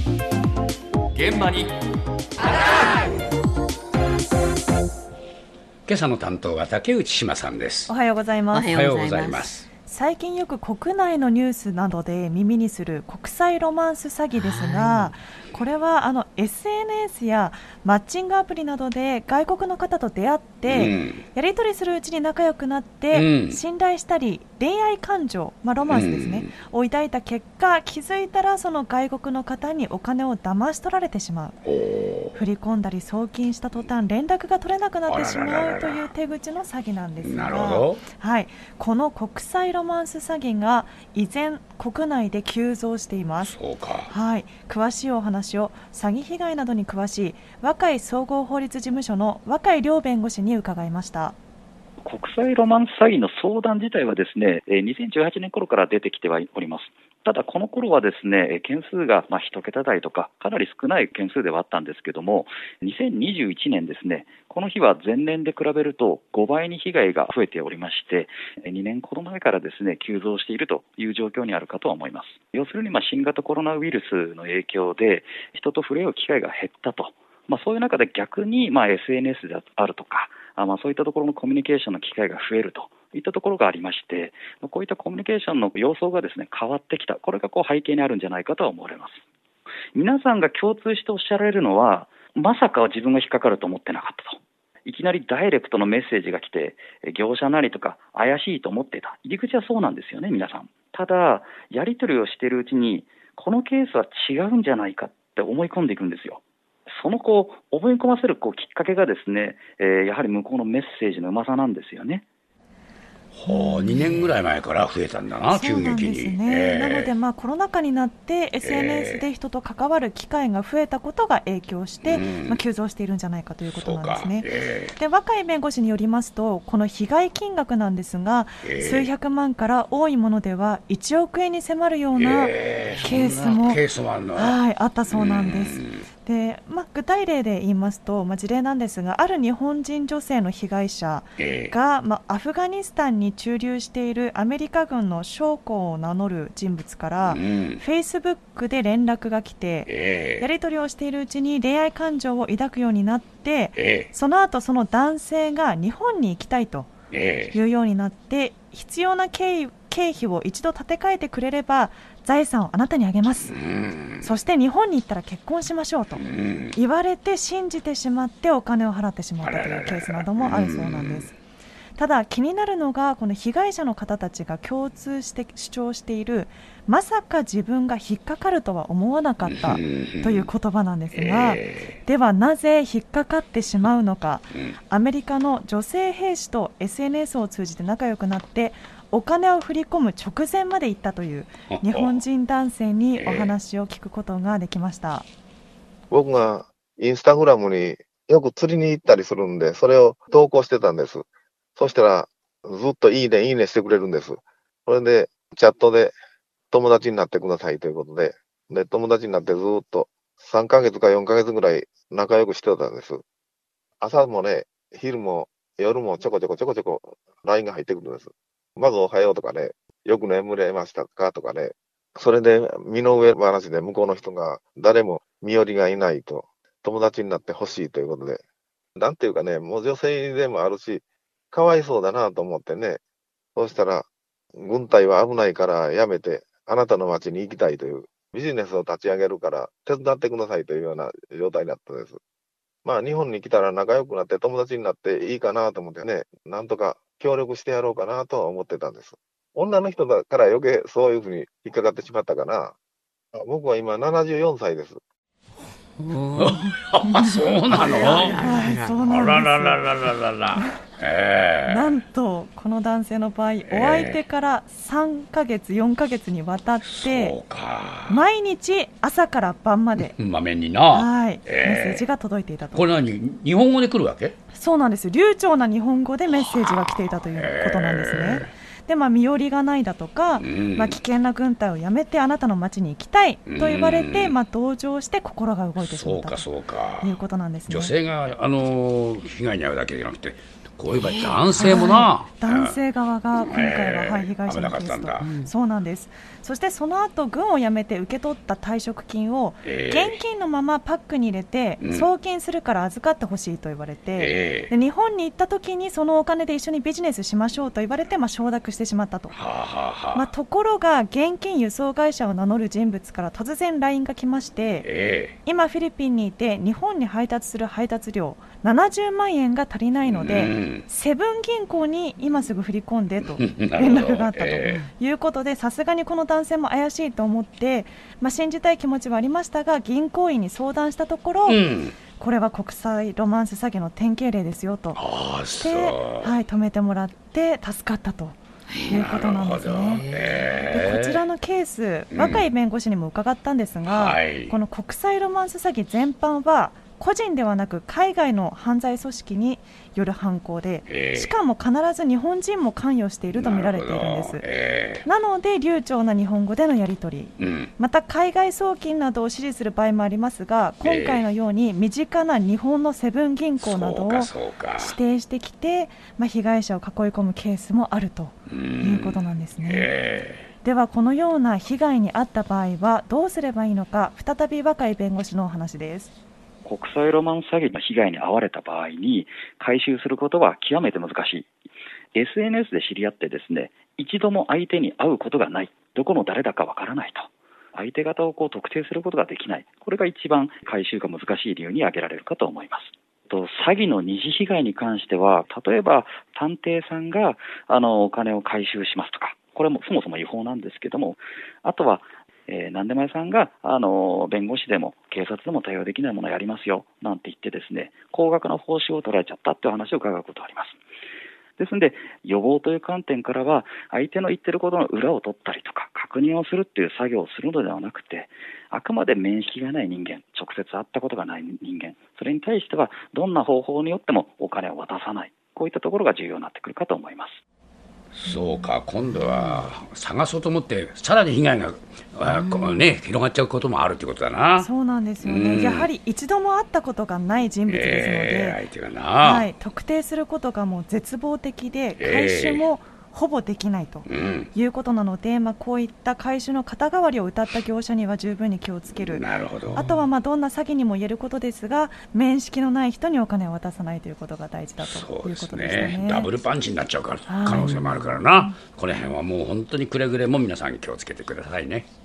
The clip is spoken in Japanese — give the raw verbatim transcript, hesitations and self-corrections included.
現場に今朝の担当は竹内志麻さんです。 おはようございます。 おはようございます。 最近よく国内のニュースなどで耳にする国際ロマンス詐欺ですが、これはあの エスエヌエス やマッチングアプリなどで外国の方と出会って、うん、やり取りするうちに仲良くなって、うん、信頼したり恋愛感情、まあ、ロマンスですね、うん、を抱いた結果、気づいたらその外国の方にお金を騙し取られてしまう。振り込んだり送金した途端連絡が取れなくなってしまうという手口の詐欺なんですが、 なるほど、 はい、この国際ロマンス詐欺が依然国内で急増しています。 そうか、 はい、詳しいお話を詐欺被害などに詳しい和解総合法律事務所の和解亮弁護士に伺いました。 国際ロマンス詐欺の相談自体はですね、にせんじゅうはちねん頃から出てきてはおります。ただこの頃はですね、件数がまあ一桁台とかかなり少ない件数ではあったんですけども、にせんにじゅういちねんですね、この日は前年で比べるとごばいに被害が増えておりまして、にねんほど前からですね急増しているという状況にあるかと思います。要するにまあ新型コロナウイルスの影響で人と触れ合う機会が減ったと、まあ、そういう中で逆にまあ エスエヌエス であるとか、あまあそういったところのコミュニケーションの機会が増えるといったところがありまして、こういったコミュニケーションの様相がですね変わってきた、これがこう背景にあるんじゃないかと思われます。皆さんが共通しておっしゃられるのは、まさか自分が引っかかると思ってなかったと、いきなりダイレクトのメッセージが来て業者なりとか怪しいと思っていた、入り口はそうなんですよね皆さん。ただやり取りをしているうちにこのケースは違うんじゃないかって思い込んでいくんですよ。そのこう思い込ませるこうきっかけがですね、えー、やはり向こうのメッセージのうまさなんですよね。 はあ、にねんぐらい前から増えたんだな、急激に。 そうなんですね、えー、なので、まあ、コロナ禍になって エスエヌエス で人と関わる機会が増えたことが影響して、えーまあ、急増しているんじゃないかということなんですね。えー、で若い弁護士によりますと、この被害金額なんですが、えー、数百万から多いものではいちおくえんに迫るようなケースも、 ケースもあるの、 はい、あったそうなんです。でまあ、具体例で言いますと、まあ、事例なんですが、ある日本人女性の被害者が、えーまあ、アフガニスタンに駐留しているアメリカ軍の将校を名乗る人物から、うん、フェイスブックで連絡が来て、えー、やり取りをしているうちに恋愛感情を抱くようになって、えー、その後その男性が日本に行きたいというようになって、必要な経費経費を一度立て替えてくれれば財産をあなたにあげます、うん、そして日本に行ったら結婚しましょうと言われて信じてしまってお金を払ってしまったというケースなどもあるそうなんです。ただ気になるのが、この被害者の方たちが共通して主張している、まさか自分が引っかかるとは思わなかったという言葉なんですが、ではなぜ引っかかってしまうのか。アメリカの女性兵士と エスエヌエス を通じて仲良くなってお金を振り込む直前まで行ったという日本人男性にお話を聞くことができました。 僕がインスタグラムによく釣りに行ったりするんで、それを投稿してたんです。そしたらずっといいねいいねしてくれるんです。それでチャットで友達になってくださいということで、で友達になってずっとさんかげつかよんかげつぐらい仲良くしてたんです。朝もね、昼も夜もちょこちょこちょこちょこ ライン が入ってくるんです。まずおはようとかね、よく眠れましたかとかね、それで身の上話で向こうの人が誰も身寄りがいないと、友達になってほしいということで、なんていうかね、もう女性でもあるし、かわいそうだなと思ってね、そうしたら、軍隊は危ないからやめて、あなたの町に行きたいという、ビジネスを立ち上げるから手伝ってくださいというような状態になったんです。まあ日本に来たら仲良くなって友達になっていいかなと思ってね、なんとか協力してやろうかなとは思ってたんです。女の人だから余計そういうふうに引っかかってしまったかな。僕は今ななじゅうよんさいです。 そうなの？ はい、そうなんです。 あららららららら、えー、 なんとこの男性の場合、お相手からさんかげつよんかげつにわたって、そうか、毎日朝から晩までまめにな、 はい、えー、メッセージが届いていたと。 これ何、日本語で来るわけ？ そうなんです。流暢な日本語でメッセージが来ていたということなんですね。えーでまあ、身寄りがないだとか、うんまあ、危険な軍隊をやめてあなたの町に行きたいと言われて、うんまあ、同情して心が動いてしまったということなんですね。 女性があの被害に遭うだけじゃなくて、 こういう場合男性もな、はい、男性側が今回は、はい、被害者のケースと、うん、そうなんです。そしてその後軍を辞めて受け取った退職金を現金のままパックに入れて、えー、送金するから預かってほしいと言われて、えー、で日本に行った時にそのお金で一緒にビジネスしましょうと言われて、まあ、承諾してしまったと。はあはあ、まあ、ところが現金輸送会社を名乗る人物から突然 ライン が来まして、えー、今フィリピンにいて日本に配達する配達料ななじゅうまんえんが足りないので、うん、セブン銀行に今すぐ振り込んでと連絡があったということで、さすがにこの男性も怪しいと思って、まあ、信じたい気持ちはありましたが銀行員に相談したところ、うん、これは国際ロマンス詐欺の典型例ですよとして、はい、止めてもらって助かったということなんですね。でこちらのケース、若い弁護士にも伺ったんですが、うんはい、この国際ロマンス詐欺全般は個人ではなく海外の犯罪組織による犯行で、えー、しかも必ず日本人も関与していると見られているんです。な,、えー、なので流暢な日本語でのやり取り、うん、また海外送金などを指示する場合もありますが、今回のように身近な日本のセブン銀行などを指定してきて、まあ、被害者を囲い込むケースもあるということなんですね。えー、ではこのような被害に遭った場合はどうすればいいのか、再び若い弁護士のお話です。 国際ロマンス詐欺の被害に遭われた場合に回収することは極めて難しい。 エスエヌエス で知り合ってですね、一度も相手に会うことがない、どこの誰だかわからないと、相手方をこう特定することができない、これが一番回収が難しい理由に挙げられるかと思います。と詐欺の二次被害に関しては、例えば探偵さんがあのお金を回収しますとか、これもそもそも違法なんですけども、あとはえー、何でも屋さんがあの弁護士でも警察でも対応できないものをやりますよなんて言ってですね、高額な報酬を取られちゃったという話を伺うことがあります。ですので予防という観点からは、相手の言ってることの裏を取ったりとか確認をするっていう作業をするのではなくて、あくまで面識がない人間、直接会ったことがない人間、それに対してはどんな方法によってもお金を渡さない、こういったところが重要になってくるかと思います。 そうか、今度は探そうと思ってさらに被害が、うんね、広がっちゃうこともあるということだな。 そうなんですよね、うん、やはり一度も会ったことがない人物ですので、 えー、相手がな、 はい、特定することがもう絶望的で、回収もほぼできないということなので、うん、まあ、こういった回収の肩代わりを謳った業者には十分に気をつける。 なるほど。 あとはまあどんな詐欺にも言えることですが、面識のない人にお金を渡さないということが大事だということですね。 そうですね、ダブルパンチになっちゃうから可能性もあるからな、この辺はもう本当にくれぐれも皆さん気をつけてくださいね。